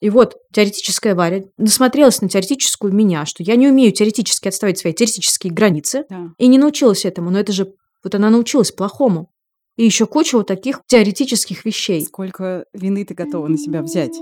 И вот теоретическая Варя насмотрелась на теоретическую меня, что я не умею теоретически отставить свои теоретические границы, и не научилась этому. Но это же вот она научилась плохому. И еще куча вот таких теоретических вещей. Сколько вины ты готова на себя взять?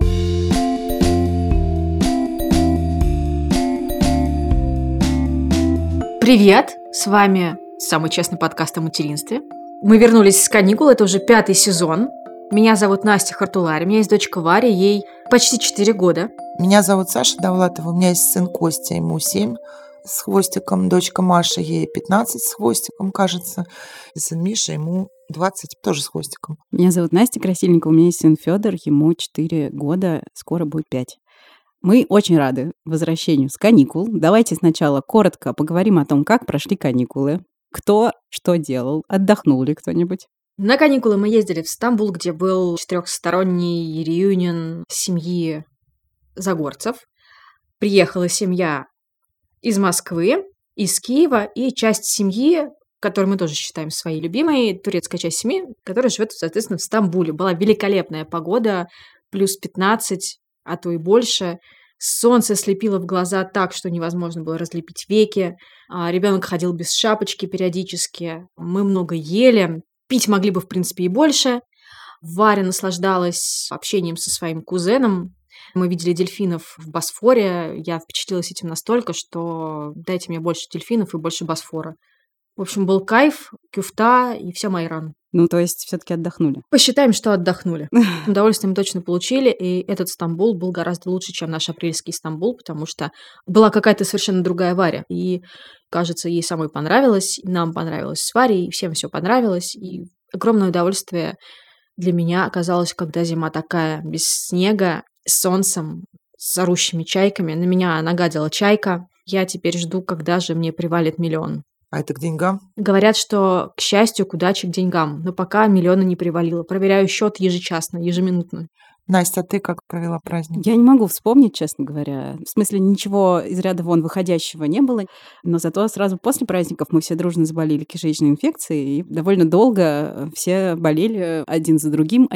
Привет! С вами самый честный подкаст о материнстве. Мы вернулись с каникул, это уже 5-й сезон. Меня зовут Настя Хартулари, у меня есть дочка Варя, ей почти 4 года. Меня зовут Саша Довлатова, у меня есть сын Костя, ему 7 с хвостиком, дочка Маша, ей 15 с хвостиком, кажется, и сын Миша, ему 20, тоже с хвостиком. Меня зовут Настя Красильникова, у меня есть сын Федор, ему 4 года, скоро будет 5. Мы очень рады возвращению с каникул. Давайте сначала коротко поговорим о том, как прошли каникулы, кто что делал, отдохнул ли кто-нибудь. На каникулы мы ездили в Стамбул, где был 4-сторонний реюнион семьи Загорцев. Приехала семья из Москвы, из Киева и часть семьи, которую мы тоже считаем своей любимой, турецкая часть семьи, которая живет, соответственно, в Стамбуле. Была великолепная погода, плюс 15, а то и больше. Солнце слепило в глаза так, что невозможно было разлепить веки. Ребенок ходил без шапочки периодически. Мы много ели. Пить могли бы, в принципе, и больше. Варя наслаждалась общением со своим кузеном. Мы видели дельфинов в Босфоре. Я впечатлилась этим настолько, что дайте мне больше дельфинов и больше Босфора. В общем, был кайф, кюфта и все майран. Ну, то есть все-таки отдохнули. Посчитаем, что отдохнули. Удовольствие мы точно получили, и этот Стамбул был гораздо лучше, чем наш апрельский Стамбул, потому что была какая-то совершенно другая Варя. И, кажется, ей самой понравилось, и нам понравилось с Варей, и всем все понравилось. И огромное удовольствие для меня оказалось, когда зима такая, без снега, с солнцем, с орущими чайками. На меня нагадила чайка. Я теперь жду, когда же мне привалит миллион. А это к деньгам? Говорят, что, к счастью, к удаче, к деньгам. Но пока миллиона не привалило. Проверяю счет ежечасно, ежеминутно. Настя, а ты как провела праздник? Я не могу вспомнить, честно говоря. В смысле, ничего из ряда вон выходящего не было. Но зато сразу после праздников мы все дружно заболели кишечной инфекцией. И довольно долго все болели один за другим.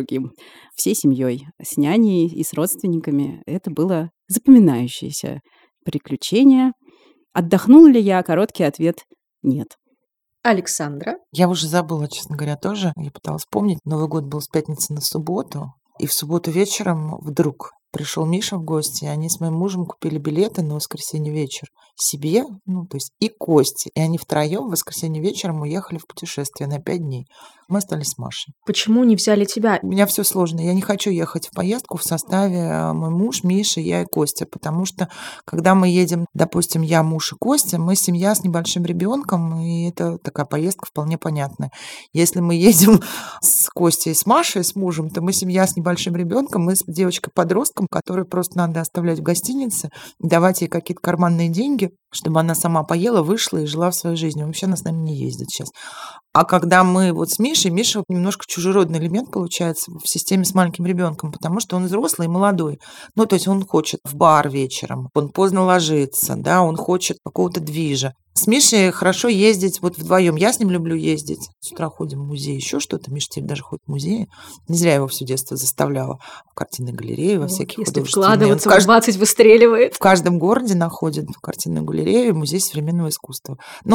Всей семьей, с няней и с родственниками. Это было запоминающееся приключение. Отдохнула ли я? Короткий ответ – нет. Александра? Я уже забыла, честно говоря, тоже. Я пыталась вспомнить. Новый год был с пятницы на субботу. И в субботу вечером вдруг пришел Миша в гости, и они с моим мужем купили билеты на воскресенье вечер себе, то есть и Косте. И они втроем в воскресенье вечером уехали в путешествие на 5 дней. Мы остались с Машей. Почему не взяли тебя? У меня все сложно. Я не хочу ехать в поездку в составе мой муж, Миша, я и Костя, потому что когда мы едем, допустим, я, муж и Костя, мы семья с небольшим ребенком, и это такая поездка вполне понятная. Если мы едем с Костей, с Машей, с мужем, то мы семья с небольшим ребенком, мы с девочкой-подростком, которую просто надо оставлять в гостинице, давать ей какие-то карманные деньги, чтобы она сама поела, вышла и жила в своей жизни. Вообще она с нами не ездит сейчас. А когда мы вот с Мишей, Миша немножко чужеродный элемент получается в системе с маленьким ребенком, потому что он взрослый и молодой. То есть он хочет в бар вечером, он поздно ложится, да, он хочет какого-то движа. С Мишей хорошо ездить вот вдвоем. Я с ним люблю ездить. С утра ходим в музей, еще что-то. Миша теперь даже ходит в музей. Не зря его все детство заставляла в картинной галерее, во всяких Если художественных. вкладываться, в 20 выстреливает. В каждом городе находит картинную галерею, музей современного искусства.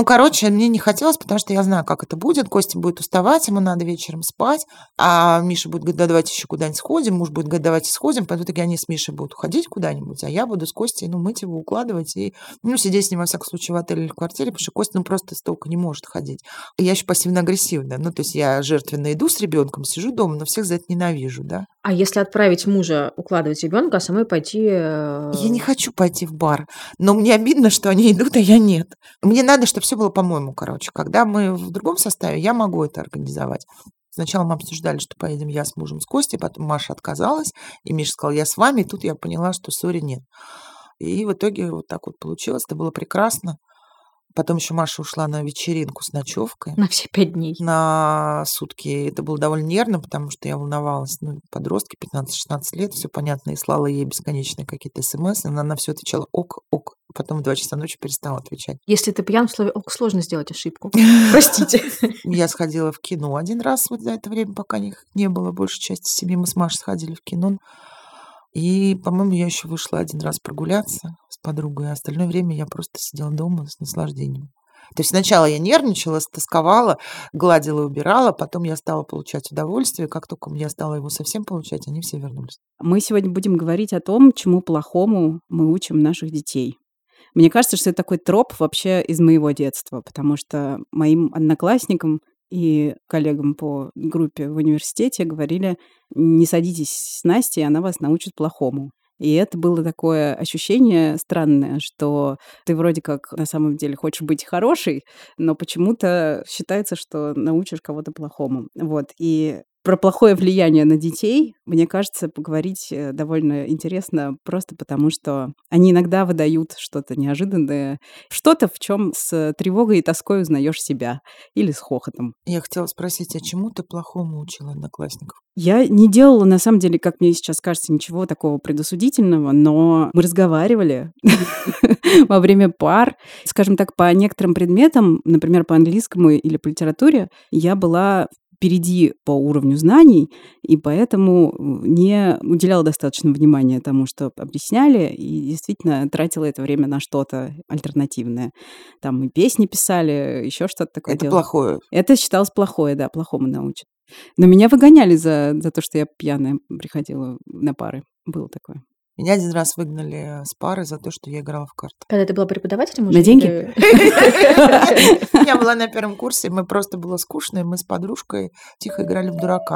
Мне не хотелось, потому что я знаю, как это будет. Костя будет уставать, ему надо вечером спать, а Миша будет говорить, да, давайте еще куда-нибудь сходим, муж будет говорить, давайте сходим. Потом в итоге они с Мишей будут уходить куда-нибудь, а я буду с Костей, мыть его, укладывать и, сидеть с ним, во всяком случае, в отеле или в квартире, потому что Костя, просто столько не может ходить. Я еще пассивно-агрессивная. То есть я жертвенно иду с ребенком, сижу дома, но всех за это ненавижу, да. А если отправить мужа укладывать ребенка, а самой пойти... Я не хочу пойти в бар, но мне обидно, что они идут, а я нет. Мне надо, чтобы все было по-моему, Когда мы в другом составе, я могу это организовать. Сначала мы обсуждали, что поедем я с мужем, с Костей, потом Маша отказалась, и Миша сказал, я с вами, и тут я поняла, что ссори нет. И в итоге вот так вот получилось, это было прекрасно. Потом еще Маша ушла на вечеринку с ночевкой. На все 5 дней. На сутки. Это было довольно нервно, потому что я волновалась. Подростки, 15-16 лет, все понятно, и слала ей бесконечные какие-то смс. Она на все отвечала ок. Потом в 2 часа ночи перестала отвечать. Если ты пьян в слове ок, сложно сделать ошибку. Простите. Я сходила в кино один раз вот за это время, пока их не было. Большей части семьи мы с Машей сходили в кино. И, по-моему, я еще вышла один раз прогуляться с подругой, а остальное время я просто сидела дома с наслаждением. То есть сначала я нервничала, стосковала, гладила и убирала, потом я стала получать удовольствие. Как только я стала его совсем получать, они все вернулись. Мы сегодня будем говорить о том, чему плохому мы учим наших детей. Мне кажется, что это такой троп вообще из моего детства, потому что моим одноклассникам и коллегам по группе в университете говорили: не садитесь с Настей, она вас научит плохому. И это было такое ощущение странное, что ты вроде как на самом деле хочешь быть хорошей, но почему-то считается, что научишь кого-то плохому. Вот. И про плохое влияние на детей, мне кажется, поговорить довольно интересно, просто потому что они иногда выдают что-то неожиданное, что-то, в чем с тревогой и тоской узнаешь себя, или с хохотом. Я хотела спросить, а чему ты плохому учила одноклассников? Я не делала, на самом деле, как мне сейчас кажется, ничего такого предосудительного, но мы разговаривали во время пар. Скажем так, по некоторым предметам, например, по английскому или по литературе, я была впереди по уровню знаний, и поэтому не уделяла достаточно внимания тому, что объясняли, и действительно тратила это время на что-то альтернативное. Там и песни писали, еще что-то такое Это делала. плохое. Это считалось плохое, да, плохому научат. Но меня выгоняли за то, что я пьяная приходила на пары. Было такое. Меня один раз выгнали с пары за то, что я играла в карты. Когда ты была преподавателем На деньги? Я была на первом курсе, мы просто было скучно, и мы с подружкой тихо играли в дурака.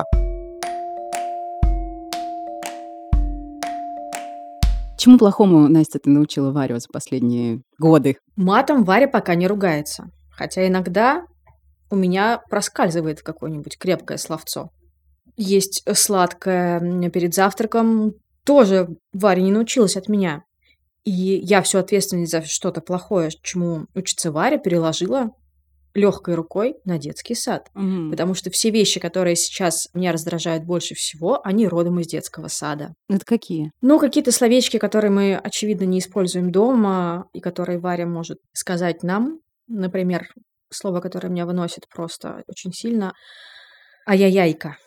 Чему плохому, Настя, ты научила Варю за последние годы? Матом Варя пока не ругается. Хотя иногда у меня проскальзывает какое-нибудь крепкое словцо. Есть сладкое перед завтраком. Тоже Варя не научилась от меня. И я всю ответственность за что-то плохое, чему учится Варя, переложила легкой рукой на детский сад. Потому что все вещи, которые сейчас меня раздражают больше всего, они родом из детского сада. Это какие? Ну, какие-то словечки, которые мы, очевидно, не используем дома, и которые Варя может сказать нам. Например, слово, которое меня выносит просто очень сильно — ай-яй-яйка.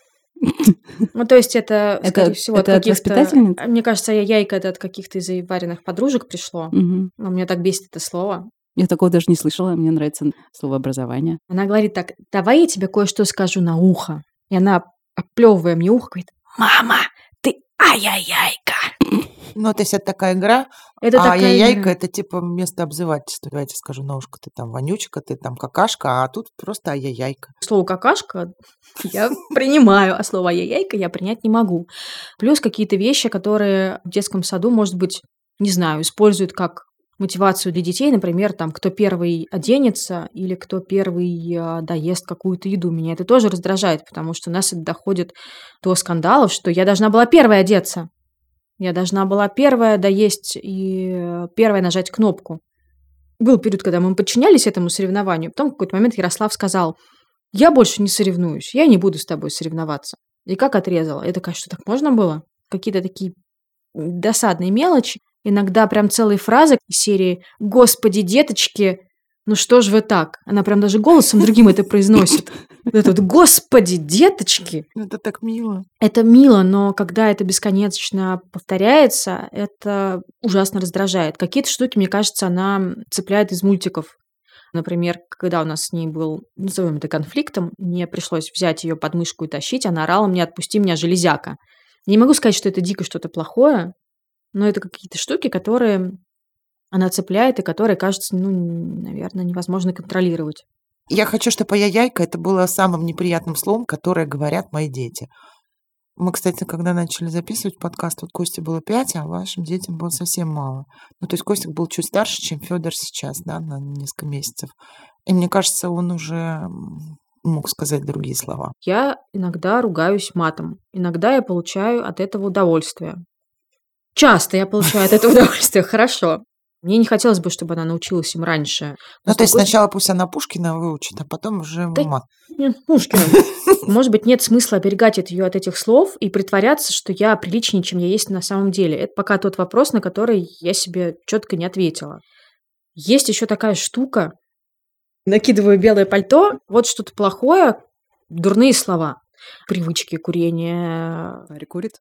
Ну, то есть это, скорее всего, от это от каких-то... воспитательниц? Мне кажется, ай-яйка — это от каких-то из Вариных подружек пришло. Мгм. Но меня так бесит это слово. Я такого даже не слышала, мне нравится слово «образование». Она говорит так: давай я тебе кое-что скажу на ухо. И она, оплевывая мне ухо, говорит: мама, ты ай-яй-яйка. Ну, то есть это такая игра, Это а такая яйка игра. это типа вместо обзывательства. Давайте скажу на ушко, ты там вонючка, ты там какашка, а тут просто ай-яй-яйка. Слово «какашка» я принимаю, а слово «ай-яйка» я принять не могу. Плюс какие-то вещи, которые в детском саду, может быть, не знаю, используют как мотивацию для детей, например, там, кто первый оденется или кто первый доест какую-то еду. Меня это тоже раздражает, потому что у нас это доходит до скандалов, что я должна была первой одеться. Я должна была первая доесть и первая нажать кнопку. Был период, когда мы подчинялись этому соревнованию. Потом в какой-то момент Ярослав сказал: я больше не соревнуюсь, я не буду с тобой соревноваться. И как отрезала. Я такая: что, так можно было? Какие-то такие досадные мелочи. Иногда прям целые фразы из серии «Господи, деточки, ну что ж вы так?» Она прям даже голосом другим это произносит. Это вот «Господи, деточки». Это так мило. Это мило, но когда это бесконечно повторяется, это ужасно раздражает. Какие-то штуки, мне кажется, она цепляет из мультиков. Например, когда у нас с ней был, назовем это конфликтом, мне пришлось взять ее под мышку и тащить, она орала мне: «Отпусти меня, железяка». Я не могу сказать, что это дико что-то плохое, но это какие-то штуки, которые она цепляет и которые, кажется, ну, наверное, невозможно контролировать. Я хочу, чтобы ай-яйка это было самым неприятным словом, которое говорят мои дети. Мы, кстати, когда начали записывать подкаст, вот Косте было 5, а вашим детям было совсем мало. Ну, то есть Костик был чуть старше, чем Федор сейчас, да, на несколько месяцев. И мне кажется, он уже мог сказать другие слова. Я иногда ругаюсь матом. Иногда я получаю от этого удовольствие. Часто я получаю от этого удовольствие. Хорошо. Мне не хотелось бы, чтобы она научилась им раньше. Ну, то есть сначала пусть она Пушкина выучит, а потом уже Да мат. Нет, Пушкина. Может быть, нет смысла оберегать ее от этих слов и притворяться, что я приличнее, чем я есть на самом деле. Это пока тот вопрос, на который я себе четко не ответила. Есть еще такая штука. Накидываю белое пальто, вот что-то плохое, дурные слова. привычки курения. Варя курит?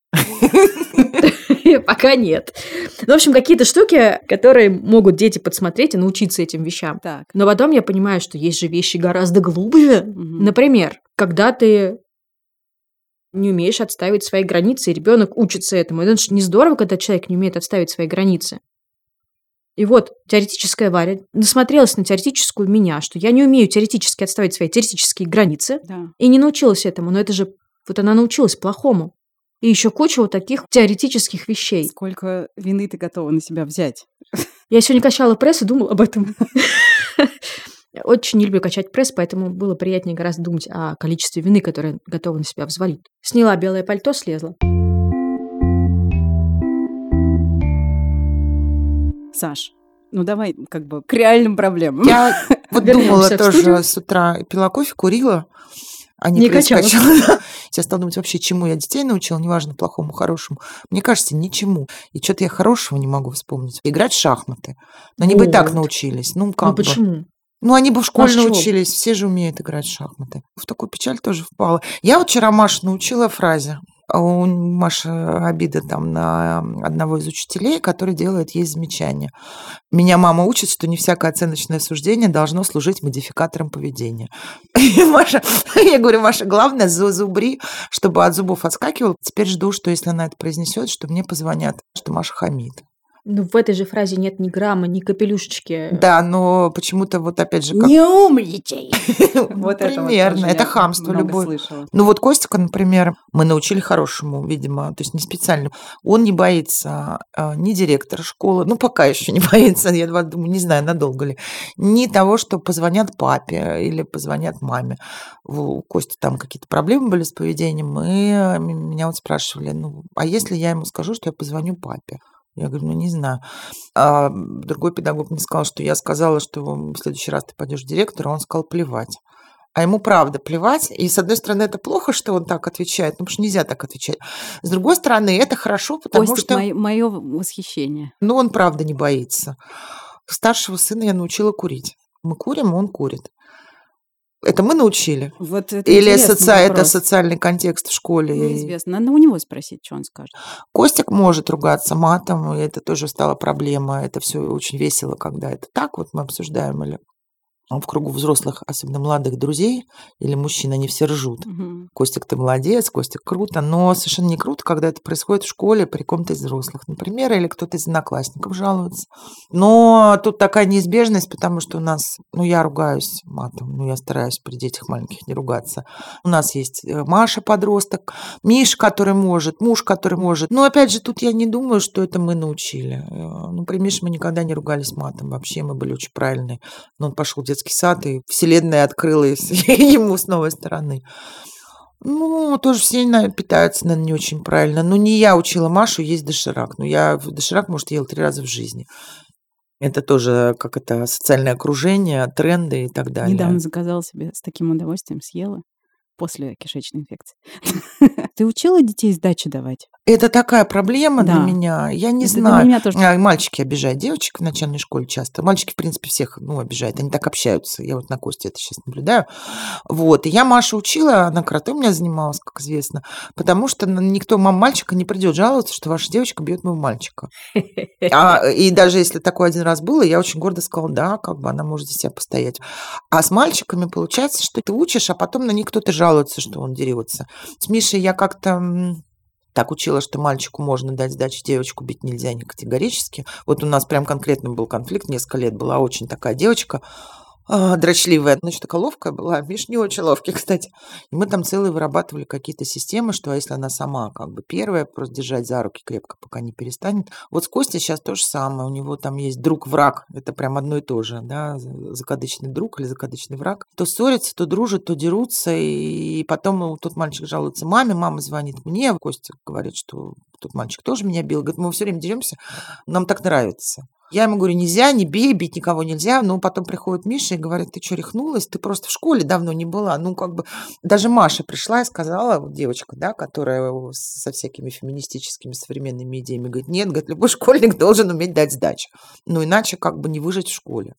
Пока нет. Ну, в общем, какие-то штуки, которые могут дети подсмотреть и научиться этим вещам. Так. Но потом я понимаю, что есть же вещи гораздо глубже. Мгм. Например, когда ты не умеешь отставить свои границы, и ребенок учится этому. Это же не здорово, когда человек не умеет отставить свои границы. И вот теоретическая Варя насмотрелась на теоретическую меня, что я не умею теоретически отставить свои теоретические границы, Да. и не научилась этому. Но это же вот она научилась плохому. И еще куча вот таких теоретических вещей. Сколько вины ты готова на себя взять? Я сегодня качала пресс и думала об этом. Очень не люблю качать пресс, поэтому было приятнее гораздо думать о количестве вины, которое готова на себя взвалить. Сняла белое пальто, слезла. Саш, ну давай как бы к реальным проблемам. Я вот Вернемся думала в тоже студию. с утра, пила кофе, курила, а Не не пресс качала. качала. Сейчас стала думать вообще, чему я детей научила, неважно, плохому, хорошему. Мне кажется, ничему. И что-то я хорошего не могу вспомнить. Играть в шахматы. Но они бы и так Вот. научились. Ну, Ну как бы. почему? Ну, они бы в школе А что? научились. Все же умеют играть в шахматы. В такую печаль тоже впала. Я вот вчера Машу научила фразе. А у Маши обида там на одного из учителей, который делает ей замечания. Меня мама учит, что не всякое оценочное суждение должно служить модификатором поведения. И Маша, я говорю, Маша, главное, зубри, чтобы от зубов отскакивал. Теперь жду, что если она это произнесет, что мне позвонят, что Маша хамит. Ну, в этой же фразе нет ни грамма, ни капелюшечки. Да, но почему-то вот опять же... Не умничай! Вот примерно. Это хамство любое. Слышала. Ну вот Костика, например, мы научили хорошему, видимо, то есть не специально. Он не боится ни директора школы, ну пока еще не боится, я думаю, не знаю, надолго ли, ни того, что позвонят папе или позвонят маме. У Кости там какие-то проблемы были с поведением, и меня вот спрашивали, ну, а если я ему скажу, что я позвоню папе? Я говорю, ну, не знаю. А другой педагог мне сказал, что я сказала, что в следующий раз ты пойдешь к директору, а он сказал плевать. А ему правда плевать. И, с одной стороны, это плохо, что он так отвечает, потому что нельзя так отвечать. С другой стороны, это хорошо, потому Костик, что мое восхищение. ну, он правда не боится. Старшего сына я научила курить. Мы курим, он курит. Это мы научили? Вот это Или интересный это вопрос. социальный контекст в школе? Неизвестно. Надо у него спросить, что он скажет. Костик может ругаться матом, и это тоже стало проблема. Это все очень весело, когда это так вот мы обсуждаем, или в кругу взрослых, особенно молодых друзей или мужчин, они все ржут. Мгм. Костик, ты молодец, Костик, круто. Но совершенно не круто, когда это происходит в школе при ком-то из взрослых, например, или кто-то из одноклассников жалуется. Но тут такая неизбежность, потому что у нас, ну, я ругаюсь матом, ну, я стараюсь при детях маленьких не ругаться. У нас есть Маша, подросток, Миша, который может, муж, который может. Но, опять же, тут я не думаю, что это мы научили. Ну, при Мише мы никогда не ругались матом. Вообще мы были очень правильные. Но он пошел в детский сад, и вселенная открылась ему с новой стороны. Ну, тоже все питаются, наверное, не очень правильно. Ну, не я учила Машу есть доширак. Но я доширак, может, ела 3 раза в жизни. Это тоже как это социальное окружение, тренды и так далее. Недавно заказала себе с таким удовольствием, съела после кишечной инфекции. Ты учила детей сдачи давать? Это такая проблема Да. для меня. Я не Это для знаю. меня тоже. Мальчики обижают девочек в начальной школе часто. Мальчики, в принципе, всех обижают. Они так общаются. Я вот на Косте это сейчас наблюдаю. Вот. И я Машу учила, она карате у меня занималась, как известно, потому что никто мальчика не придет жаловаться, что ваша девочка бьет моего мальчика. И даже если такое один раз было, я очень гордо сказала, да, как бы она может за себя постоять. А с мальчиками получается, что ты учишь, а потом на них кто-то жалуется, что он дерется. С Мишей я как-то так учила, что мальчику можно дать сдачу, девочку бить нельзя не категорически. Вот у нас прям конкретно был конфликт, несколько лет была очень такая девочка, дрочливая, значит, такая ловкая была. Миш не очень ловкий, кстати. И мы там целые вырабатывали какие-то системы, что если она сама как бы первая, просто держать за руки крепко, пока не перестанет. Вот с Костей сейчас то же самое. У него там есть друг-враг. Это прям одно и то же, да, закадычный друг или закадычный враг. То ссорятся, то дружат, то дерутся. И потом тот мальчик жалуется маме, мама звонит мне. Костя говорит, что тот мальчик тоже меня бил. Говорит, мы все время деремся, нам так нравится. Я ему говорю, нельзя, не бей, бить никого нельзя. Но потом приходит Миша и говорит, ты что, рехнулась? Ты просто в школе давно не была. Ну, как бы, даже Маша пришла и сказала, вот девочка, да, которая со всякими феминистическими современными идеями, говорит, нет, говорит, любой школьник должен уметь дать сдачу. Ну, иначе как бы не выжить в школе.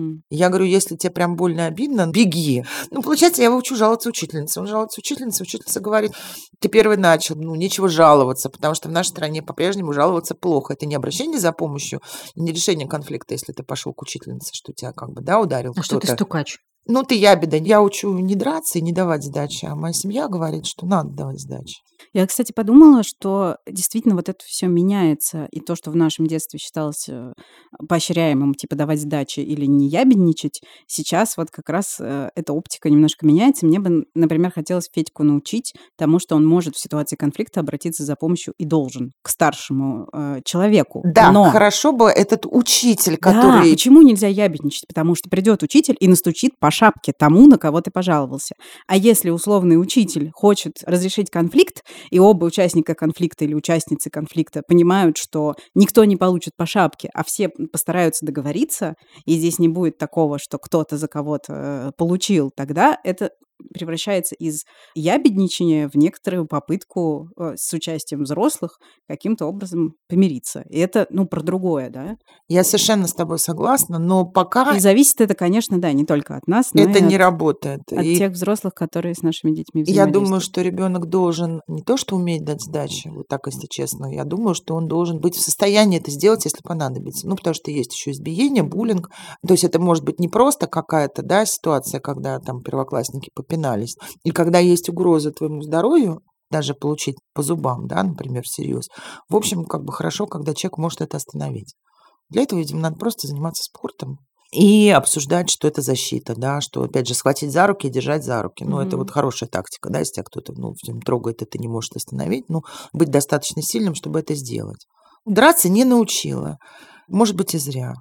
Я говорю, если тебе прям больно обидно, беги. Ну, получается, я его учу жаловаться учительнице. Он жалуется учительнице, учительница говорит, ты первый начал, ну, нечего жаловаться, потому что в нашей стране по-прежнему жаловаться плохо. Это не обращение за помощью, не решение конфликта, если ты пошел к учительнице, что тебя как бы, да, ударил А кто-то. что ты стукач? Ну, ты ябеда. Я учу не драться и не давать сдачи, а моя семья говорит, что надо давать сдачи. Я, кстати, подумала, что действительно вот это все меняется, и то, что в нашем детстве считалось поощряемым, типа давать сдачи или не ябедничать, сейчас вот как раз эта оптика немножко меняется. Мне бы, например, хотелось Федьку научить тому, что он может в ситуации конфликта обратиться за помощью и должен к старшему человеку. Да, Но хорошо бы этот учитель, да, который... почему нельзя ябедничать? Потому что придет учитель и настучит по шапке тому, на кого ты пожаловался. А если условный учитель хочет разрешить конфликт, и оба участника конфликта или участницы конфликта понимают, что никто не получит по шапке, а все постараются договориться, и здесь не будет такого, что кто-то за кого-то получил, тогда это превращается из ябедничания в некоторую попытку с участием взрослых каким-то образом помириться. И это, ну, про другое, да? Я совершенно с тобой согласна, но пока И зависит это, конечно, да, не только от нас, но это и не от работает. И тех взрослых, которые с нашими детьми я думаю, взаимодействуют. что ребенок должен не то что уметь дать сдачи, вот так, если честно, я думаю, что он должен быть в состоянии это сделать, если понадобится. Ну, потому что есть еще избиение, буллинг. То есть это может быть не просто какая-то, да, ситуация, когда там первоклассники попинались, и когда есть угроза твоему здоровью, даже получить по зубам, да, например, всерьез. В общем, как бы хорошо, когда человек может это остановить. Для этого, видимо, надо просто заниматься спортом и обсуждать, что это защита, да, что, опять же, схватить за руки и держать за руки. Ну, это вот хорошая тактика, да, если тебя кто-то, ну, трогает, и ты не можешь остановить, ну, быть достаточно сильным, чтобы это сделать. Драться не научила. Может быть, и зря.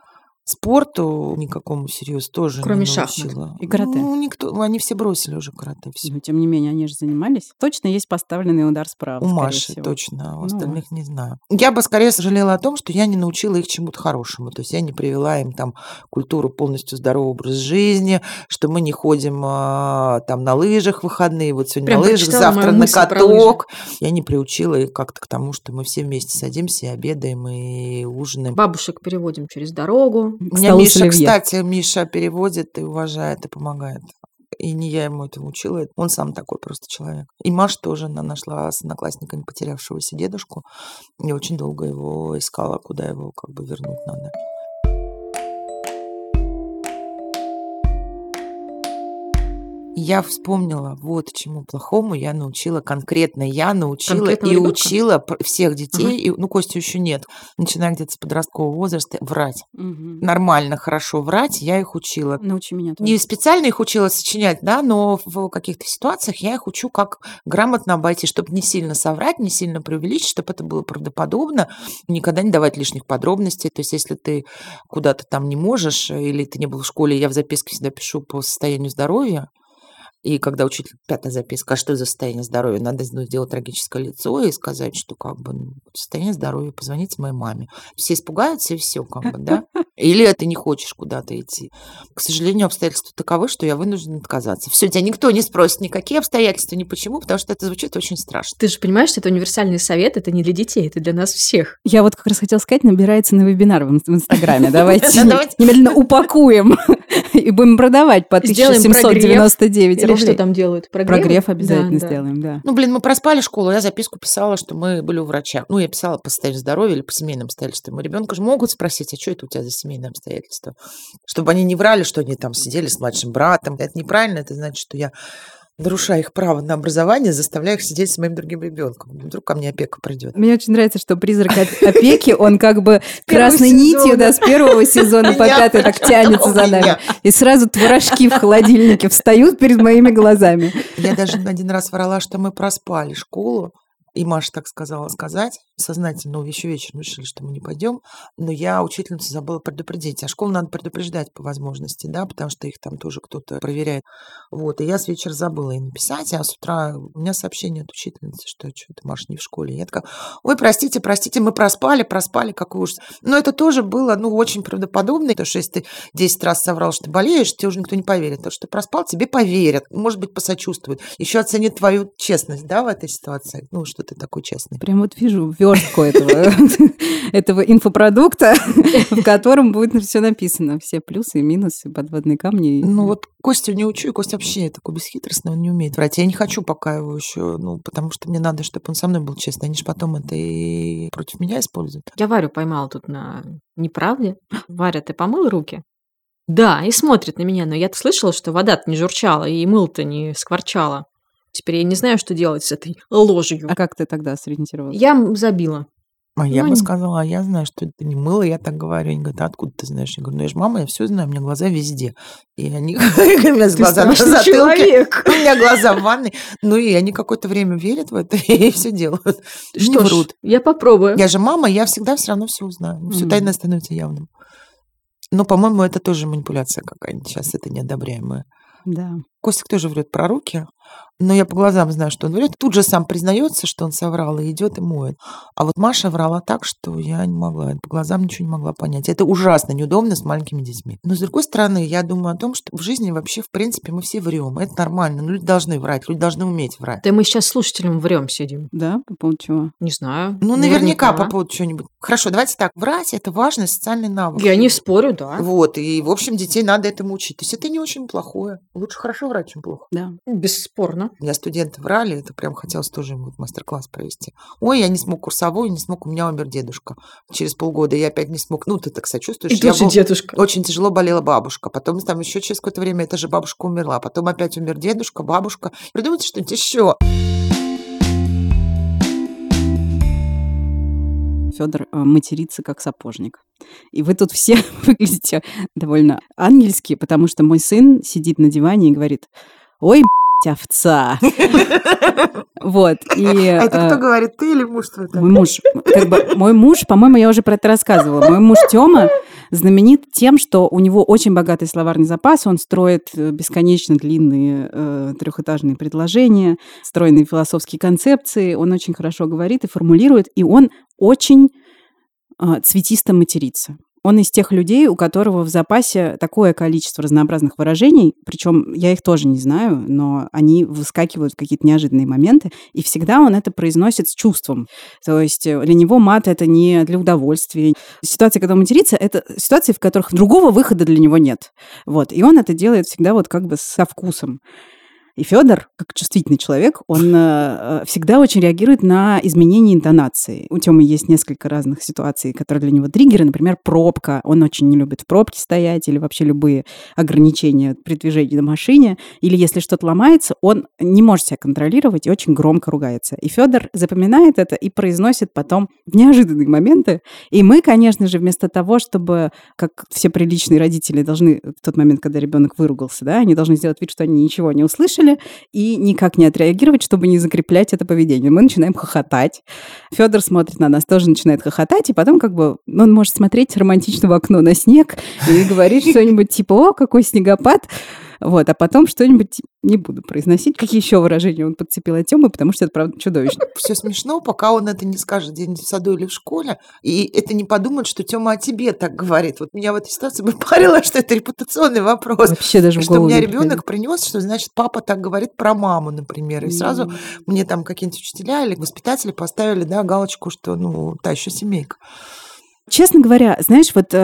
Спорту никакому серьезу тоже Кроме не шахмат научила. и карате. Ну, никто, они все бросили уже карате. Все. Но, тем не менее, они же занимались. Точно есть поставленный удар справа, У скорее Маши всего. точно, у Ну остальных не знаю. Я бы скорее сожалела о том, что я не научила их чему-то хорошему. То есть я не привела им там культуру полностью здорового образа жизни, что мы не ходим там на лыжах в выходные, вот сегодня Прям на лыжах, прочитала завтра мою на мысль про лыжи. каток. Я не приучила их как-то к тому, что мы все вместе садимся и обедаем, и ужинаем. Бабушек переводим через дорогу. К У меня столу с Миша, оливье. кстати, Миша переводит и уважает, и помогает. И не я ему этому учила, он сам такой просто человек. И Маша тоже, она нашла с одноклассниками потерявшегося дедушку, и очень долго его искала, куда его как бы вернуть надо. Я вспомнила, вот чему плохому я научила, конкретно я научила Конкретного и ребенка? учила всех детей, и, ну, Костю еще нет, начиная где-то с подросткового возраста, врать. Нормально, хорошо врать, я их учила. Научи меня тоже. Не специально их учила сочинять, да, но в каких-то ситуациях я их учу, как грамотно обойти, чтобы не сильно соврать, не сильно преувеличить, чтобы это было правдоподобно, никогда не давать лишних подробностей. То есть если ты куда-то там не можешь, или ты не был в школе, я в записке всегда пишу по состоянию здоровья, и когда учитель, 5-я записка, а что за состояние здоровья? Надо сделать трагическое лицо и сказать, что как бы состояние здоровья, позвонить моей маме. Все испугаются, и все, как бы, да? Или ты не хочешь куда-то идти. К сожалению, обстоятельства таковы, что я вынуждена отказаться. Все, тебя никто не спросит, никакие обстоятельства, ни почему, потому что это звучит очень страшно. Ты же понимаешь, что это универсальный совет, это не для детей, это для нас всех. Я вот как раз хотела сказать, набирается на вебинар в Инстаграме. Давайте Давайте. немедленно упакуем и будем продавать по Сделаем 1799 Или рублей. что там делают? Прогрев обязательно Да. сделаем, да. Ну, блин, мы проспали школу, я записку писала, что мы были у врача. Ну, я писала по состоянию здоровья или по семейным обстоятельствам. И ребенка же могут спросить, а что это у тебя за семейные обстоятельства? Чтобы они не врали, что они там сидели с младшим братом. Это неправильно, это значит, что я нарушаю их право на образование, заставляю их сидеть с моим другим ребенком. Вдруг ко мне опека придет. Мне очень нравится, что призрак опеки, он как бы красной сезона. нитью, да, с первого сезона по Меня пятый так тянется за нами. меня. И сразу творожки в холодильнике встают перед моими глазами. Я даже один раз врала, что мы проспали школу. И Маша так сказала сказать. Сознательно еще вечером решили, что мы не пойдем. Но я учительницу забыла предупредить. А школу надо предупреждать по возможности, да, потому что их там тоже кто-то проверяет. Вот. И я с вечера забыла ей написать, а с утра у меня сообщение от учительницы, что что-то Маша не в школе. Я такая: ой, простите, мы проспали, какой ужас. Но это тоже было, очень правдоподобно, потому что если ты 10 раз соврал, что ты болеешь, тебе уже никто не поверит. То, что ты проспал, тебе поверят, может быть, посочувствуют. Еще оценят твою честность, да, в этой ситуации. Что ты такой честный. Прям вот вижу верстку этого инфопродукта, в котором будет все написано. Все плюсы и минусы, подводные камни. Вот Костю не учу, и Костя вообще такой бесхитростный, он не умеет врать. Я не хочу пока его еще, потому что мне надо, чтобы он со мной был честный. Они же потом это и против меня используют. Я Варю поймала тут на неправде. Варя, ты помыл руки? Да, и смотрит на меня, но я-то слышала, что вода-то не журчала, и мыло-то не скворчало. Теперь я не знаю, что делать с этой ложью. А как ты тогда сориентировалась? Я забила. А я бы сказала, я знаю, что это не мыло, я так говорю. Они говорят: а откуда ты знаешь? Я говорю: я же мама, я все знаю, у меня глаза везде. И они, у меня глаза на затылке, у меня глаза в ванной. И они какое-то время верят в это и все делают. Что ж, врут. Я попробую. Я же мама, я всегда все равно все узнаю. Все тайное становится явным. Но, по-моему, это тоже манипуляция какая-нибудь. Сейчас это неодобряемая. Да. Костик тоже врет про руки, но я по глазам знаю, что он врет. Тут же сам признается, что он соврал, и идет и моет. А вот Маша врала так, что я не могла. По глазам ничего не могла понять. Это ужасно неудобно с маленькими детьми. Но, с другой стороны, я думаю о том, что в жизни вообще, в принципе, мы все врем. Это нормально. Люди должны врать, люди должны уметь врать. Да мы сейчас слушателям врем сидим. Да? По поводу чего? Не знаю. Наверняка по поводу чего-нибудь. Хорошо, давайте так. Врать – это важный социальный навык. Я не спорю, да. Вот. И, в общем, детей надо этому учить. То есть это не очень плохое. Лучше хорошо врать, чем плохо. Да. Бесспорно. У меня студенты врали, это прям хотелось тоже им мастер-класс провести. Ой, я не смог курсовую, не смог, у меня умер дедушка. Через полгода я опять не смог. Ты так сочувствуешь. И тут же дедушка. Очень тяжело болела бабушка. Потом там еще через какое-то время эта же бабушка умерла. Потом опять умер дедушка, бабушка. Придумайте что-нибудь еще. Федор матерится как сапожник. И вы тут все выглядите довольно ангельски, потому что мой сын сидит на диване и говорит: ой, овца. Вот. А это кто говорит, ты или муж твой? Мой муж. Мой муж, по-моему, я уже про это рассказывала. Мой муж Тёма знаменит тем, что у него очень богатый словарный запас, он строит бесконечно длинные трехэтажные предложения, стройные философские концепции, он очень хорошо говорит и формулирует, и он очень цветисто матерится. Он из тех людей, у которого в запасе такое количество разнообразных выражений, причем я их тоже не знаю, но они выскакивают в какие-то неожиданные моменты, и всегда он это произносит с чувством. То есть для него мат — это не для удовольствия. Ситуация, когда он матерится, это ситуации, в которых другого выхода для него нет. Вот. И он это делает всегда вот как бы со вкусом. И Федор, как чувствительный человек, он всегда очень реагирует на изменение интонации. У Тёмы есть несколько разных ситуаций, которые для него триггеры. Например, пробка. Он очень не любит в пробке стоять или вообще любые ограничения при движении на машине. Или если что-то ломается, он не может себя контролировать и очень громко ругается. И Федор запоминает это и произносит потом в неожиданные моменты. И мы, конечно же, вместо того, чтобы, как все приличные родители должны в тот момент, когда ребенок выругался, да, они должны сделать вид, что они ничего не услышали, и никак не отреагировать, чтобы не закреплять это поведение. Мы начинаем хохотать. Федор смотрит на нас, тоже начинает хохотать, и потом он может смотреть романтично в окно на снег и говорить что-нибудь типа: о, какой снегопад. Вот, а потом что-нибудь, не буду произносить, какие еще выражения он подцепил от Тёмы, потому что это, правда, чудовищно. Все смешно, пока он это не скажет где-нибудь в саду или в школе, и это не подумает, что Тёма о тебе так говорит. Вот меня в этой ситуации бы парило, что это репутационный вопрос. Вообще даже в что голову у меня ребенок принес, что значит папа так говорит про маму, например, и сразу мне там какие-нибудь учителя или воспитатели поставили, да, галочку, что, та еще семейка. Честно говоря, знаешь, вот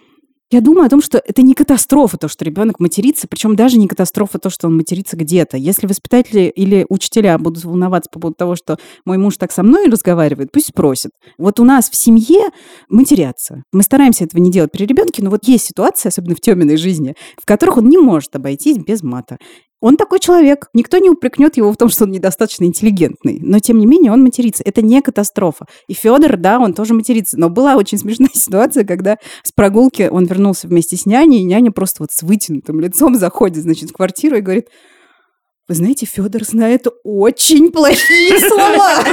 я думаю о том, что это не катастрофа, то, что ребенок матерится, причем даже не катастрофа то, что он матерится где-то. Если воспитатели или учителя будут волноваться по поводу того, что мой муж так со мной разговаривает, пусть спросят. Вот у нас в семье матерятся. Мы стараемся этого не делать при ребенке, но вот есть ситуации, особенно в Тёминой жизни, в которых он не может обойтись без мата. Он такой человек. Никто не упрекнет его в том, что он недостаточно интеллигентный. Но, тем не менее, он матерится. Это не катастрофа. И Федор, да, он тоже матерится. Но была очень смешная ситуация, когда с прогулки он вернулся вместе с няней, и няня просто вот с вытянутым лицом заходит, значит, в квартиру и говорит: вы знаете, Федор знает очень плохие слова.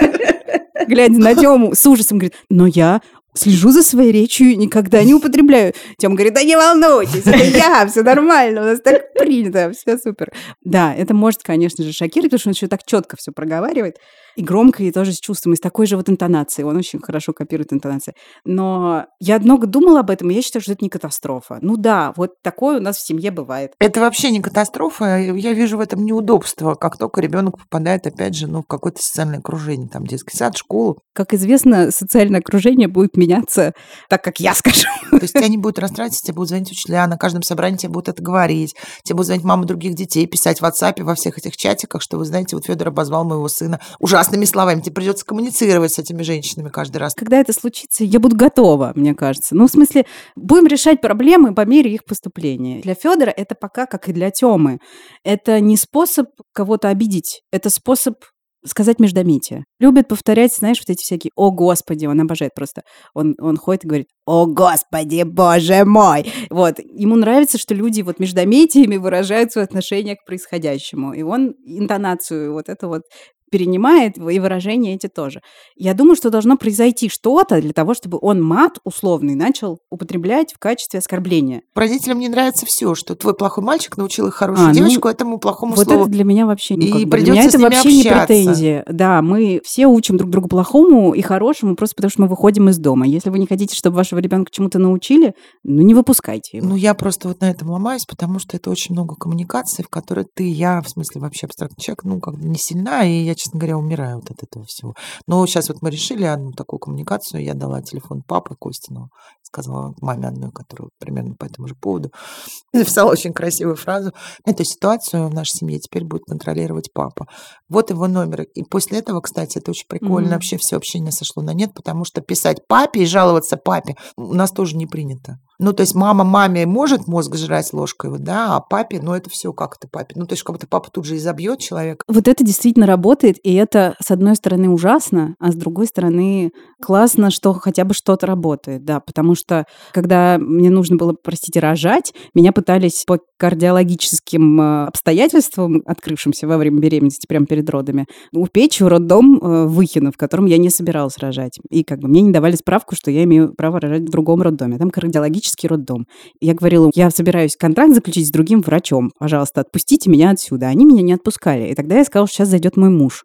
Глядя на Тему, с ужасом говорит, но я слежу за своей речью и никогда не употребляю. Тёма говорит, да не волнуйтесь, это я, все нормально, у нас так принято, все супер. Да, это может, конечно же, шокировать, потому что он еще так четко все проговаривает. И громко, и тоже с чувством, и с такой же вот интонацией. Он очень хорошо копирует интонации. Но я много думала об этом, и я считаю, что это не катастрофа. Ну да, вот такое у нас в семье бывает. Это вообще не катастрофа. Я вижу в этом неудобство, как только ребенок попадает, опять же, в какое-то социальное окружение, там детский сад, школу. Как известно, социальное окружение будет меняться так, как я скажу. То есть тебя не будут расстраивать, тебе будут звонить учителя, на каждом собрании тебе будут это говорить, тебе будут звонить мамы других детей, писать в WhatsApp, во всех этих чатиках, что, вы знаете, вот Федор обозвал моего сына ужасными словами. Тебе придется коммуницировать с этими женщинами каждый раз. Когда это случится, я буду готова, мне кажется. Ну, в смысле, будем решать проблемы по мере их поступления. Для Федора это пока, как и для Тёмы, это не способ кого-то обидеть, это способ сказать междометие. Любит повторять, знаешь, вот эти всякие «О, Господи!» Он обожает просто. Он ходит и говорит «О, Господи, Боже мой!» Вот. Ему нравится, что люди вот междометиями выражают свое отношение к происходящему. И он интонацию вот это вот перенимает, и выражения эти тоже. Я думаю, что должно произойти что-то для того, чтобы он мат условный начал употреблять в качестве оскорбления. Родителям не нравится все, что твой плохой мальчик научил их хорошую девочку этому плохому вот слову. Вот это для меня вообще не И для меня это вообще общаться. Не претензия. Да, мы все учим друг друга плохому и хорошему просто потому, что мы выходим из дома. Если вы не хотите, чтобы вашего ребенка чему-то научили, не выпускайте его. Я просто вот на этом ломаюсь, потому что это очень много коммуникаций, в которой я, в смысле вообще абстрактный человек, как бы не сильна, и я, честно говоря, умираю вот от этого всего. Но сейчас вот мы решили одну такую коммуникацию. Я дала телефон папы Костиного, сказала маме одной, которая примерно по этому же поводу написала очень красивую фразу. Эту ситуацию в нашей семье теперь будет контролировать папа. Вот его номер. И после этого, кстати, это очень прикольно. Вообще все общение сошло на нет, потому что писать папе и жаловаться папе у нас тоже не принято. То есть мама маме может мозг жрать ложкой, а папе, это все как-то папе. То есть как будто папа тут же изобьет человека. Вот это действительно работает, и это, с одной стороны, ужасно, а с другой стороны, классно, что хотя бы что-то работает, да, потому что, когда мне нужно было, простите, рожать, меня пытались по кардиологическим обстоятельствам, открывшимся во время беременности, прямо перед родами, упечь в роддом Выхино, в котором я не собиралась рожать. И мне не давали справку, что я имею право рожать в другом роддоме. Там кардиологический роддом. И я говорила, я собираюсь контракт заключить с другим врачом. Пожалуйста, отпустите меня отсюда. Они меня не отпускали. И тогда я сказала, что сейчас зайдет мой муж.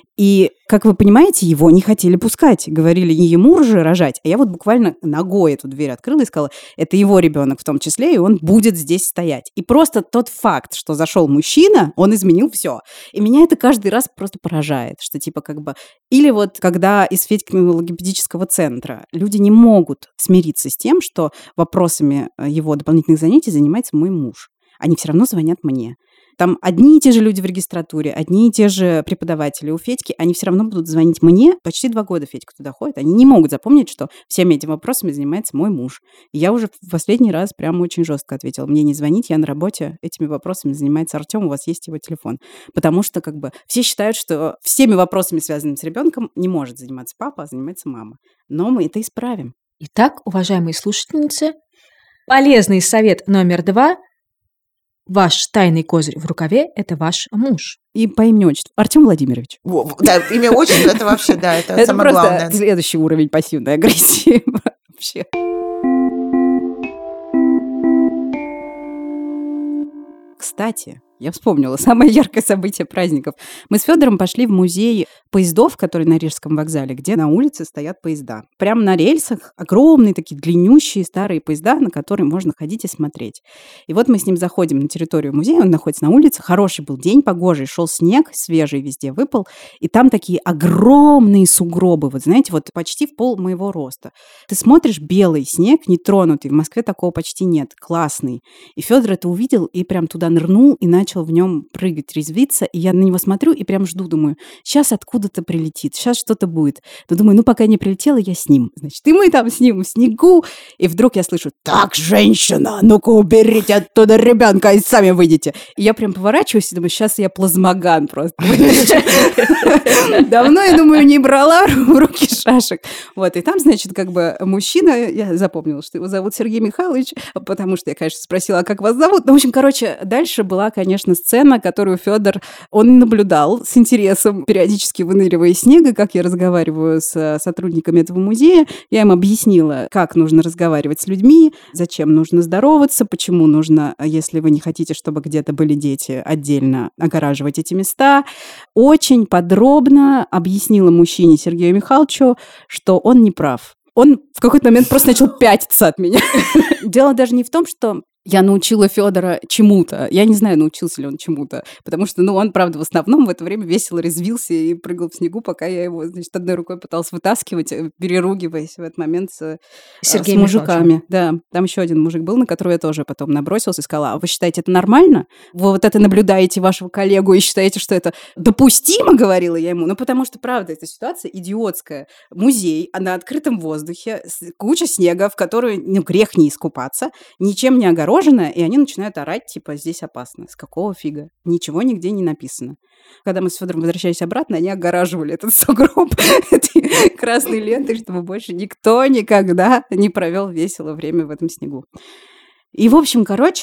И, как вы понимаете, его не хотели пускать. Говорили, не ему уже рожать. А я вот буквально ногой эту дверь открыла и сказала, это его ребенок в том числе, и он будет здесь стоять. И просто тот факт, что зашел мужчина, он изменил все. И меня это каждый раз просто поражает, что Или вот когда из Федькиного логопедического центра люди не могут смириться с тем, что вопросами его дополнительных занятий занимается мой муж. Они все равно звонят мне. Там одни и те же люди в регистратуре, одни и те же преподаватели у Федьки, они все равно будут звонить мне. Почти 2 года Федька туда ходит. Они не могут запомнить, что всеми этими вопросами занимается мой муж. И я уже в последний раз прямо очень жестко ответила. Мне не звонить, я на работе. Этими вопросами занимается Артем, у вас есть его телефон. Потому что все считают, что всеми вопросами, связанными с ребенком, не может заниматься папа, а занимается мама. Но мы это исправим. Итак, уважаемые слушательницы, полезный совет номер 2. Ваш тайный козырь в рукаве – это ваш муж. И по имени-отчеству. Артем Владимирович. Да, имя-отчество – это вообще, да, это самое главное. Это следующий уровень пассивной агрессии вообще. Кстати, я вспомнила самое яркое событие праздников. Мы с Федором пошли в музей поездов, который на Рижском вокзале, где на улице стоят поезда. Прямо на рельсах огромные такие длиннющие старые поезда, на которые можно ходить и смотреть. И вот мы с ним заходим на территорию музея, он находится на улице, хороший был день, погожий, шел снег, свежий везде выпал, и там такие огромные сугробы, вот знаете, вот почти в пол моего роста. Ты смотришь, белый снег, нетронутый, в Москве такого почти нет, классный. И Федор это увидел и прям туда нырнул и начал в нем прыгать, резвиться, и я на него смотрю и прям жду, думаю, сейчас откуда-то прилетит, сейчас что-то будет. Но думаю, пока не прилетело, я с ним. Значит, и мы там с ним в снегу, и вдруг я слышу, так, женщина, ну-ка уберите оттуда ребенка и сами выйдете. И я прям поворачиваюсь и думаю, сейчас я плазмоган просто. Давно, я думаю, не брала в руки шашек. Вот, и там, значит, мужчина, я запомнила, что его зовут Сергей Михайлович, потому что я, конечно, спросила, а как вас зовут? Ну, в общем, дальше была, конечно, конечно, сцена, которую Федор, он наблюдал с интересом, периодически выныривая из снега, как я разговариваю с сотрудниками этого музея. Я им объяснила, как нужно разговаривать с людьми, зачем нужно здороваться, почему нужно, если вы не хотите, чтобы где-то были дети, отдельно огораживать эти места. Очень подробно объяснила мужчине Сергею Михайловичу, что он не прав. Он в какой-то момент просто начал пятиться от меня. Дело даже не в том, что я научила Федора чему-то. Я не знаю, научился ли он чему-то. Потому что, он, правда, в основном в это время весело резвился и прыгал в снегу, пока я его, одной рукой пыталась вытаскивать, переругиваясь в этот момент с мужиками. Да, там еще один мужик был, на которого я тоже потом набросилась и сказала: а вы считаете это нормально? Вы вот это наблюдаете вашего коллегу и считаете, что это допустимо, говорила я ему? Потому что, правда, эта ситуация идиотская. Музей на открытом воздухе, куча снега, в которую, грех не искупаться, ничем не огорожен, и они начинают орать, типа, здесь опасно. С какого фига? Ничего нигде не написано. Когда мы с Федором возвращались обратно, они огораживали этот сугроб этой красной лентой, чтобы больше никто никогда не провел весело время в этом снегу. И, в общем,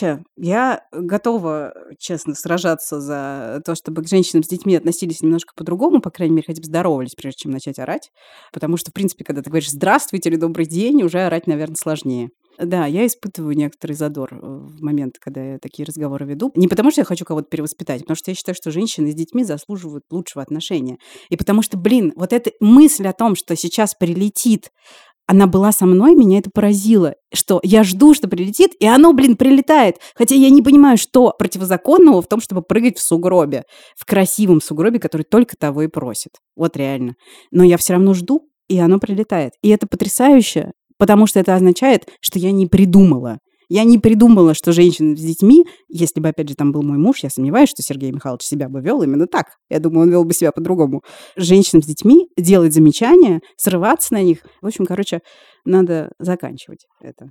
я готова, честно, сражаться за то, чтобы к женщинам с детьми относились немножко по-другому, по крайней мере, хотя бы здоровались, прежде чем начать орать. Потому что, в принципе, когда ты говоришь «здравствуйте» или «добрый день», уже орать, наверное, сложнее. Да, я испытываю некоторый задор в момент, когда я такие разговоры веду. Не потому, что я хочу кого-то перевоспитать, потому что я считаю, что женщины с детьми заслуживают лучшего отношения. И потому что, вот эта мысль о том, что сейчас прилетит, она была со мной, меня это поразило, что я жду, что прилетит, и оно, прилетает. Хотя я не понимаю, что противозаконного в том, чтобы прыгать в сугробе, в красивом сугробе, который только того и просит. Вот реально. Но я все равно жду, и оно прилетает. И это потрясающе, потому что это означает, что я не придумала. Я не придумала, что женщины с детьми, если бы, опять же, там был мой муж, я сомневаюсь, что Сергей Михайлович себя бы вел именно так. Я думаю, он вел бы себя по-другому. Женщинам с детьми делать замечания, срываться на них. В общем, надо заканчивать это.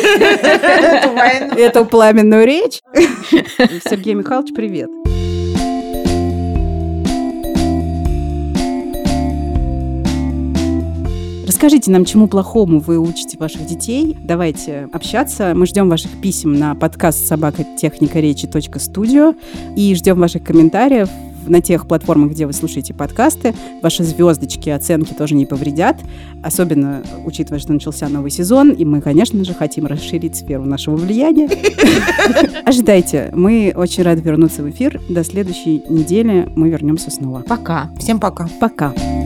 Эту пламенную речь. Сергей Михайлович, привет. Расскажите нам, чему плохому вы учите ваших детей. Давайте общаться. Мы ждем ваших писем на подкаст собака.техникаречи.студио и ждем ваших комментариев на тех платформах, где вы слушаете подкасты. Ваши звездочки, оценки тоже не повредят. Особенно учитывая, что начался новый сезон, и мы, конечно же, хотим расширить сферу нашего влияния. Ожидайте. Мы очень рады вернуться в эфир. До следующей недели мы вернемся снова. Пока. Всем пока. Пока.